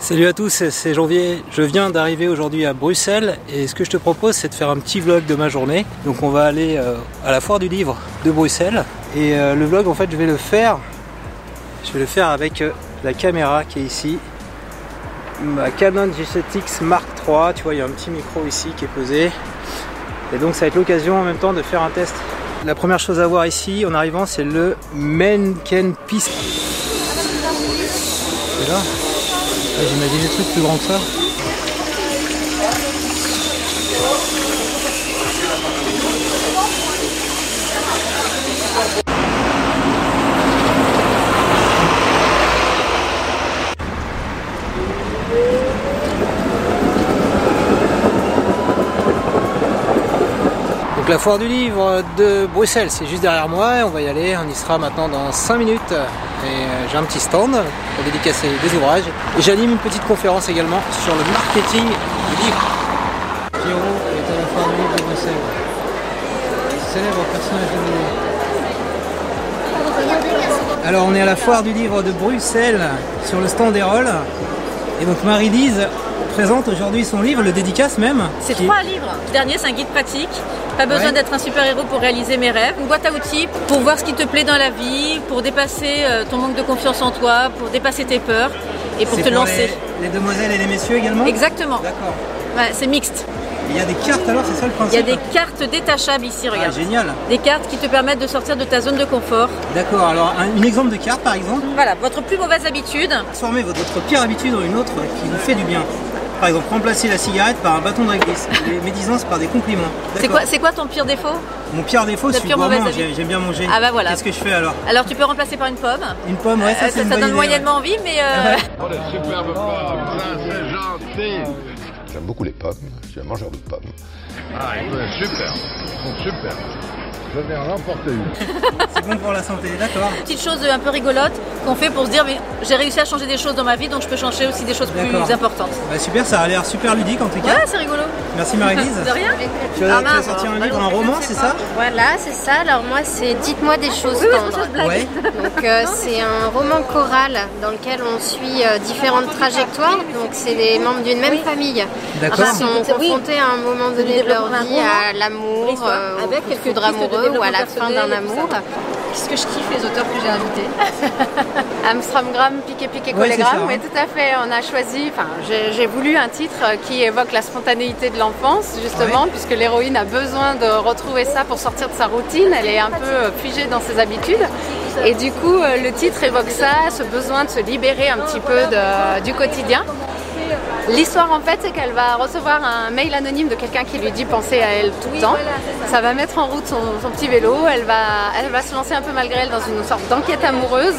Salut à tous, c'est Janvier. Je viens d'arriver aujourd'hui à Bruxelles et ce que je te propose c'est de faire un petit vlog de ma journée. Donc on va aller à la foire du livre de Bruxelles et le vlog en fait je vais le faire avec la caméra qui est ici. Ma Canon G7X Mark III, tu vois il y a un petit micro ici qui est posé. Et donc ça va être l'occasion en même temps de faire un test. La première chose à voir ici en arrivant c'est le Menkenpis. C'est là. J'imagine des trucs plus grands que ça. Donc la foire du livre de Bruxelles, c'est juste derrière moi et on va y aller, on y sera maintenant dans 5 minutes. Et j'ai un petit stand pour dédicacer des ouvrages. Et j'anime une petite conférence également sur le marketing du livre. Pierrot est à la foire du livre de Bruxelles. Célèbre personnage de l'année. Alors on est à la foire du livre de Bruxelles sur le stand d'Erol. Et donc Marie-Lise présente aujourd'hui son livre, le dédicace même. C'est 3 livres. Le dernier, c'est un guide pratique. Pas besoin d'être un super-héros pour réaliser mes rêves. Une boîte à outils pour voir ce qui te plaît dans la vie, pour dépasser ton manque de confiance en toi, pour dépasser tes peurs et pour te lancer. Les demoiselles et les messieurs également ? Exactement. D'accord. Ouais, c'est mixte. Il y a des cartes alors, c'est ça le principe ? Il y a des cartes détachables ici, regarde. Ah, génial. Des cartes qui te permettent de sortir de ta zone de confort. D'accord, alors un exemple de carte par exemple ? Voilà, votre plus mauvaise habitude. Transformez votre pire habitude en une autre qui vous fait du bien. Par exemple, remplacer la cigarette par un bâton de réglisse, les médisances par des compliments. C'est quoi ton pire défaut ? Mon pire défaut, c'est gourmand, j'aime bien manger. Ah bah voilà. Qu'est-ce que je fais alors ? Alors tu peux remplacer par une pomme. Une pomme, ouais, ça c'est une bonne idée. Ça donne moyennement envie, mais... Oh, les superbes pommes, ça c'est gentil. J'aime beaucoup les pommes, je suis un mangeur de pommes. Ah, super, ils sont super. Je vais en remporter une. C'est bon pour la santé, d'accord. Petite chose un peu rigolote qu'on fait pour se dire mais j'ai réussi à changer des choses dans ma vie donc je peux changer aussi des choses plus importantes. Bah super, ça a l'air super ludique en tout cas. Ouais, c'est rigolo. Merci Marie-Lise. De rien. Tu as sorti un livre, un roman, c'est ça ? Voilà, c'est ça. Alors moi c'est Dites-moi des choses tendres. Ouais. Donc c'est un roman choral dans lequel on suit différentes trajectoires. Donc c'est des membres d'une même famille D'accord. qui sont confrontés à un moment donné de leur vie à l'amour, au coup de foudre amoureux ou à la fin d'un amour. Qu'est-ce que je kiffe les auteurs que j'ai invités. Amstramgram, Piqué Collégramme, oui tout à fait. On a choisi, j'ai voulu un titre qui évoque la spontanéité de l'enfance justement, puisque l'héroïne a besoin de retrouver ça pour sortir de sa routine. Elle est un peu figée dans ses habitudes. Et du coup, le titre évoque ça, ce besoin de se libérer un petit peu du quotidien. L'histoire en fait c'est qu'elle va recevoir un mail anonyme de quelqu'un qui lui dit penser à elle tout le temps. Ça va mettre en route son petit vélo, elle va se lancer un peu malgré elle dans une sorte d'enquête amoureuse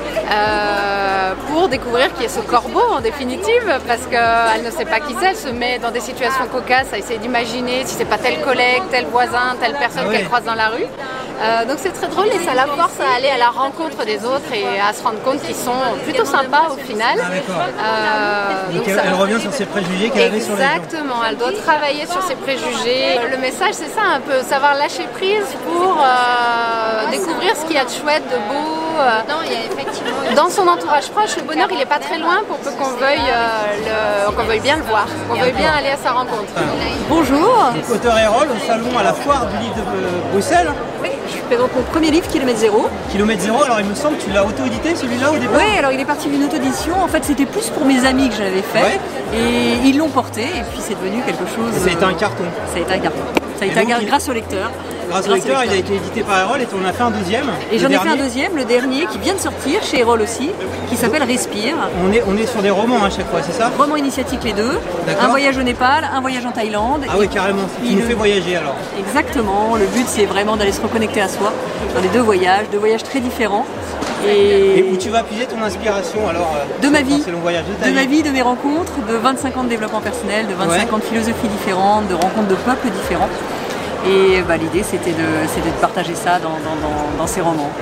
pour découvrir qui est ce corbeau en définitive, parce qu'elle ne sait pas qui c'est, elle se met dans des situations cocasses à essayer d'imaginer si c'est pas tel collègue, tel voisin, telle personne qu'elle croise dans la rue. Donc c'est très drôle et ça la force à aller à la rencontre des autres et à se rendre compte qu'ils sont plutôt sympas au final. Donc elle revient sur ses préjugés qu'elle avait sur les gens. Exactement, elle doit travailler sur ses préjugés. Le message c'est ça un peu, savoir lâcher prise pour découvrir ce qu'il y a de chouette, de beau. Non, il y a effectivement... Dans son entourage proche, le bonheur il n'est pas très loin pour peu qu'on veuille bien le voir, qu'on veuille bien aller à sa rencontre. Bonjour. Auteur Erol au salon à la foire du livre de Bruxelles. Oui, je présente mon premier livre, Kilomètre Zéro. Kilomètre Zéro, alors il me semble que tu l'as auto-édité celui-là au départ ? Oui, alors il est parti d'une auto-édition. En fait, c'était plus pour mes amis que je l'avais fait. Et ils l'ont porté, et puis c'est devenu quelque chose... Et ça a été un carton. Ça a été un carton. Ça a été un carton grâce au lecteur. Grâce au lecteur, il a été édité par Erol et tu en as fait un deuxième. Et j'en ai fait un deuxième, le dernier, qui vient de sortir chez Erol aussi, qui s'appelle Respire. On est sur des romans à chaque fois, c'est ça ? Romans initiatiques les deux. Un voyage au Népal, un voyage en Thaïlande. Ah oui, carrément. Il nous fait voyager alors. Exactement. Le but, c'est vraiment d'aller se reconnecter à soi dans les deux voyages très différents. Et où tu vas puiser ton inspiration alors de ma vie, de ma vie, de mes rencontres, de 25 ans de développement personnel, de 25 ans de philosophies différentes, de rencontres de peuples différents. Et l'idée c'était de partager ça dans ces romans.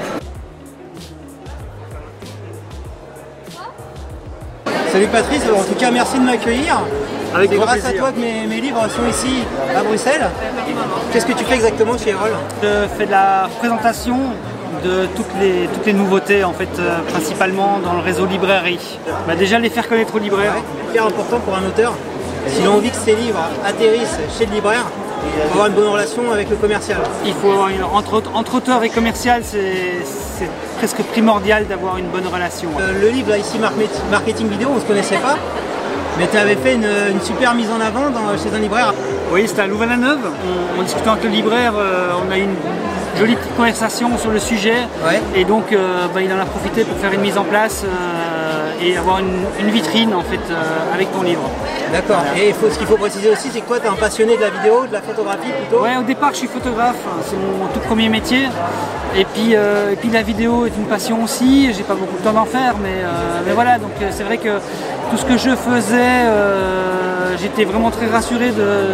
Salut Patrice, en tout cas merci de m'accueillir. C'est grâce à toi que mes livres sont ici à Bruxelles. Qu'est-ce que tu fais exactement chez Erol ? Je fais de la présentation de toutes les nouveautés en fait, principalement dans le réseau librairie. Déjà les faire connaître aux libraires. C'est hyper important pour un auteur. S'il a envie que ses livres atterrissent chez le libraire, il faut avoir une bonne relation avec le commercial. Il faut avoir entre auteur et commercial, c'est presque primordial d'avoir une bonne relation. Le livre là, ici, marketing vidéo, on ne se connaissait pas, mais tu avais fait une super mise en avant chez un libraire. Oui, c'était à Louvain-la-Neuve. En discutant avec le libraire, on a eu une jolie petite conversation sur le sujet. Ouais. Et donc il en a profité pour faire une mise en place et avoir une vitrine en fait avec ton livre. D'accord. Et ce qu'il faut préciser aussi, c'est que toi tu es un passionné de la vidéo, de la photographie plutôt. Ouais, au départ je suis photographe, c'est mon tout premier métier. Et puis la vidéo est une passion aussi, j'ai pas beaucoup de temps d'en faire, mais voilà, donc c'est vrai que tout ce que je faisais, j'étais vraiment très rassuré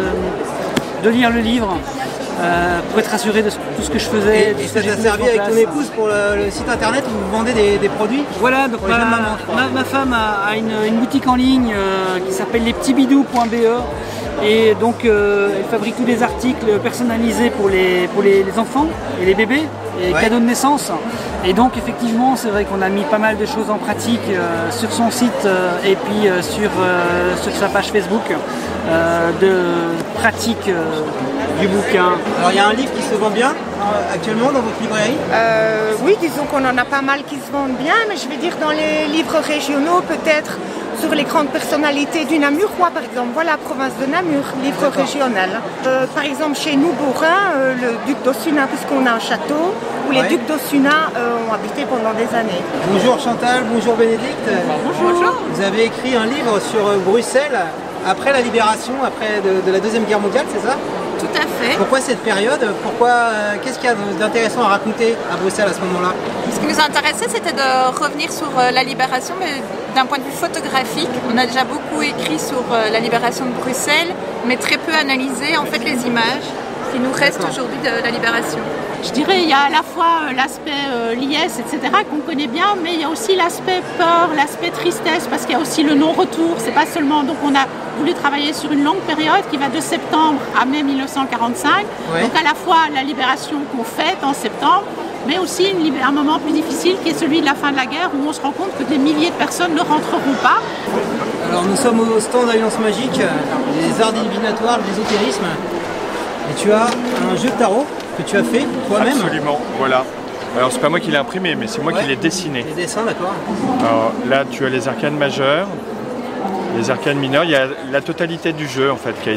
de lire le livre. Pour être rassuré de tout ce que je faisais. Et ça t'a servi avec ton épouse pour le site internet où vous vendez des produits? Voilà, donc ma femme a une boutique en ligne qui s'appelle lespetitsbidous.be et donc elle fabrique tous les articles personnalisés pour les enfants et les bébés et cadeaux de naissance. Et donc effectivement c'est vrai qu'on a mis pas mal de choses en pratique sur son site et puis sur sa page Facebook de pratique du bouquin. Alors il y a un livre qui se vend bien actuellement dans votre librairie? Oui, disons qu'on en a pas mal qui se vendent bien, mais je vais dire dans les livres régionaux peut-être sur les grandes personnalités du Namurois par exemple. Voilà, province de Namur, livre régional. Par exemple chez nous, Bourrin, le duc d'Ossuna, puisqu'on a un château où les ducs d'Ossuna ont habité pendant des années. Bonjour Chantal, bonjour Bénédicte. Bonjour. Vous avez écrit un livre sur Bruxelles après la libération, après de la Deuxième Guerre mondiale, c'est ça? Tout à fait. Pourquoi cette période? Qu'est-ce qu'il y a d'intéressant à raconter à Bruxelles à ce moment-là? Ce qui nous intéressait, c'était de revenir sur la libération, mais d'un point de vue photographique. On a déjà beaucoup écrit sur la libération de Bruxelles, mais très peu analysé en fait les images qui nous restent aujourd'hui de la libération. Je dirais il y a à la fois l'aspect liesse, etc. qu'on connaît bien, mais il y a aussi l'aspect peur, l'aspect tristesse, parce qu'il y a aussi le non-retour. C'est pas seulement, donc on a voulu travailler sur une longue période qui va de septembre à mai 1945. Ouais. Donc à la fois la libération qu'on fête en septembre, mais aussi un moment plus difficile qui est celui de la fin de la guerre où on se rend compte que des milliers de personnes ne rentreront pas. Alors nous sommes au stand d'Alliance Magique, les arts divinatoires, l'ésotérisme, et tu as un jeu de tarot que tu as fait toi-même. Absolument, voilà. Alors c'est pas moi qui l'ai imprimé, mais c'est moi qui l'ai dessiné. Les dessins, d'accord. Alors là tu as les arcanes majeures, les arcanes mineures, il y a la totalité du jeu en fait qui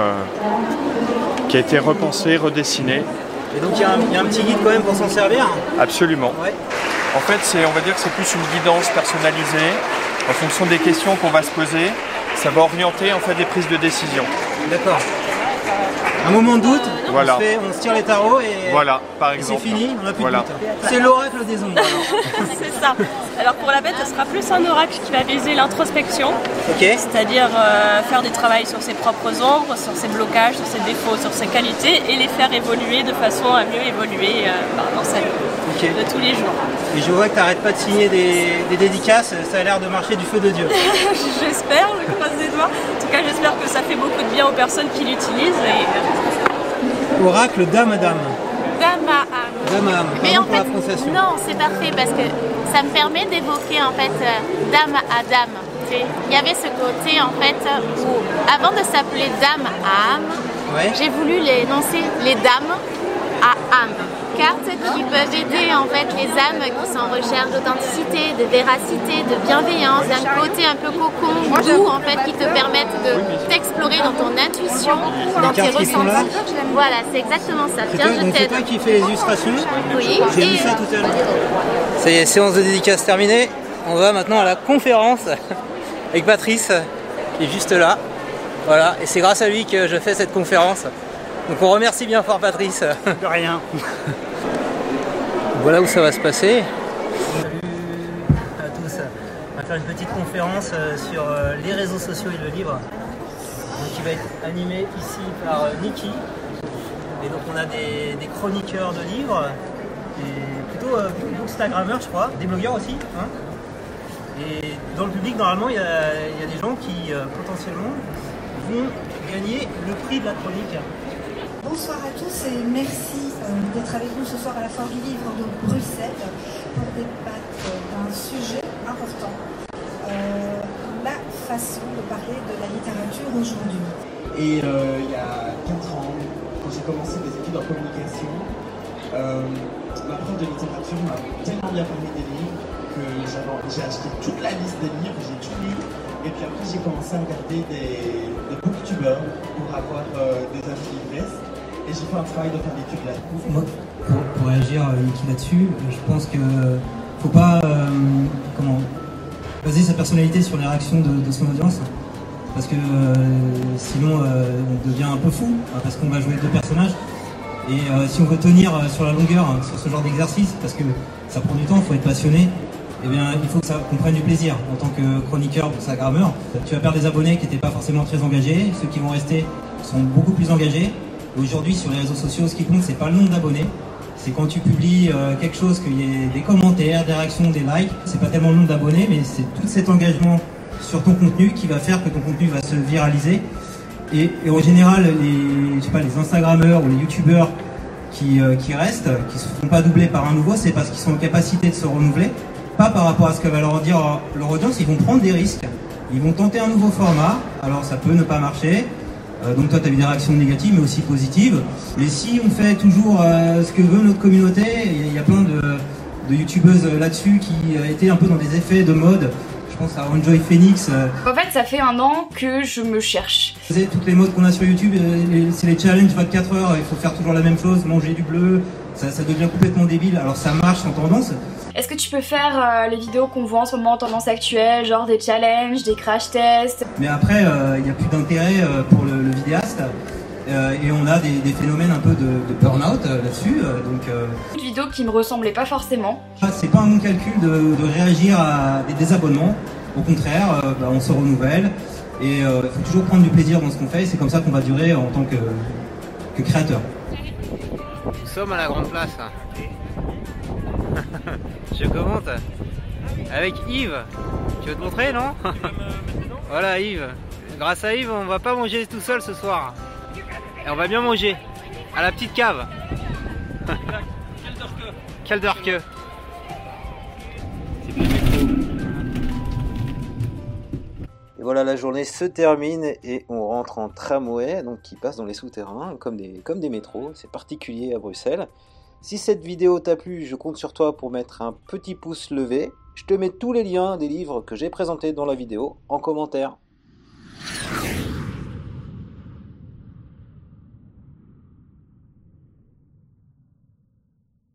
a été repensé, redessiné. Et donc il y a un petit guide quand même pour s'en servir? Absolument. Ouais. En fait on va dire que c'est plus une guidance personnalisée en fonction des questions qu'on va se poser. Ça va orienter en fait des prises de décision. D'accord. Un moment de doute, voilà. on se tire les tarots et voilà, par exemple. C'est fini, on n'a plus de doute. C'est l'oracle des ombres. C'est ça. Alors pour la bête, ce sera plus un oracle qui va viser l'introspection, c'est-à-dire faire du travail sur ses propres ombres, sur ses blocages, sur ses défauts, sur ses qualités et les faire évoluer de façon à mieux évoluer dans sa vie de tous les jours. Et je vois que tu n'arrêtes pas de signer des dédicaces, ça a l'air de marcher du feu de Dieu. J'espère, je croise les doigts. En tout cas, j'espère que ça fait beaucoup de bien aux personnes qui l'utilisent. Oracle Dame à Dame. Dame à âme. Dame à âme. Mais en fait, non, c'est parfait parce que ça me permet d'évoquer en fait Dame à Dame. Il y avait ce côté en fait où, avant de s'appeler Dame à âme, j'ai voulu énoncer les dames à âme. Cartes qui peuvent aider en fait les âmes qui sont en recherche d'authenticité, de véracité, de bienveillance, d'un côté un peu cocon, doux en fait, qui te permettent de t'explorer dans ton intuition, dans tes ressentis. Voilà, c'est exactement ça. Tiens, je t'aide. C'est toi qui fais les illustrations? Oui. J'ai vu ça tout à l'heure. Ça y est, séance de dédicace terminée. On va maintenant à la conférence avec Patrice, qui est juste là. Voilà, et c'est grâce à lui que je fais cette conférence. Donc on remercie bien fort Patrice. De rien. Voilà où ça va se passer. Salut à tous. On va faire une petite conférence sur les réseaux sociaux et le livre. Donc, qui va être animé ici par Niki. Et donc on a des chroniqueurs de livres, et plutôt bookstagrammeurs je crois, des blogueurs aussi. Hein. Et dans le public normalement il y a des gens qui potentiellement vont gagner le prix de la chronique. Bonsoir à tous et merci d'être avec nous ce soir à la Foire du Livre de Bruxelles pour débattre d'un sujet important, la façon de parler de la littérature aujourd'hui. Et il y a 4 ans, quand j'ai commencé mes études en communication, ma prof de littérature m'a tellement bien parlé des livres que j'ai acheté toute la liste des livres, j'ai tout lu. Et puis après, j'ai commencé à regarder des booktubers pour avoir des avis livresques. Et j'ai fait un travail de fin d'études là-dessus. Moi, pour réagir, Niki, là-dessus, je pense que faut pas baser sa personnalité sur les réactions de son audience. Parce que sinon, on devient un peu fou, parce qu'on va jouer 2 personnages. Et si on veut tenir sur la longueur, sur ce genre d'exercice, parce que ça prend du temps, il faut être passionné, eh bien, il faut qu'on prenne du plaisir en tant que chroniqueur, Instagrammeur. Tu vas perdre des abonnés qui n'étaient pas forcément très engagés. Ceux qui vont rester sont beaucoup plus engagés. Aujourd'hui, sur les réseaux sociaux, ce qui compte, c'est pas le nombre d'abonnés. C'est quand tu publies quelque chose, qu'il y ait des commentaires, des réactions, des likes. C'est pas tellement le nombre d'abonnés, mais c'est tout cet engagement sur ton contenu qui va faire que ton contenu va se viraliser. Et en général, les Instagrammeurs ou les YouTubeurs qui restent, qui se font pas doubler par un nouveau, c'est parce qu'ils sont en capacité de se renouveler. Pas par rapport à ce que va leur dire leur audience, ils vont prendre des risques. Ils vont tenter un nouveau format, alors ça peut ne pas marcher. Donc toi, tu as eu des réactions négatives, mais aussi positives. Mais si on fait toujours ce que veut notre communauté, il y a plein de youtubeuses là-dessus qui étaient un peu dans des effets de mode. Je pense à Enjoy Phoenix. En fait, ça fait 1 an que je me cherche. Toutes les modes qu'on a sur YouTube, c'est les challenges 24 heures, il faut faire toujours la même chose, manger du bleu, ça devient complètement débile. Alors ça marche en tendance. Est-ce que tu peux faire les vidéos qu'on voit en ce moment en tendance actuelle, genre des challenges, des crash tests? Mais après, il n'y a plus d'intérêt pour le vidéaste. Et on a des phénomènes un peu de burn-out là-dessus. Une vidéo qui me ressemblait pas forcément. C'est pas un bon calcul de réagir à des désabonnements. Au contraire, on se renouvelle. Et il faut toujours prendre du plaisir dans ce qu'on fait. C'est comme ça qu'on va durer en tant que créateur. Nous sommes à la grande place. Je commente avec Yves. Tu veux te montrer, non? Voilà Yves. Grâce à Yves, on va pas manger tout seul ce soir. Et on va bien manger. À la petite cave. Kelderke. Et voilà, la journée se termine et on rentre en tramway, donc qui passe dans les souterrains, comme des métros. C'est particulier à Bruxelles. Si cette vidéo t'a plu, je compte sur toi pour mettre un petit pouce levé. Je te mets tous les liens des livres que j'ai présentés dans la vidéo en commentaire.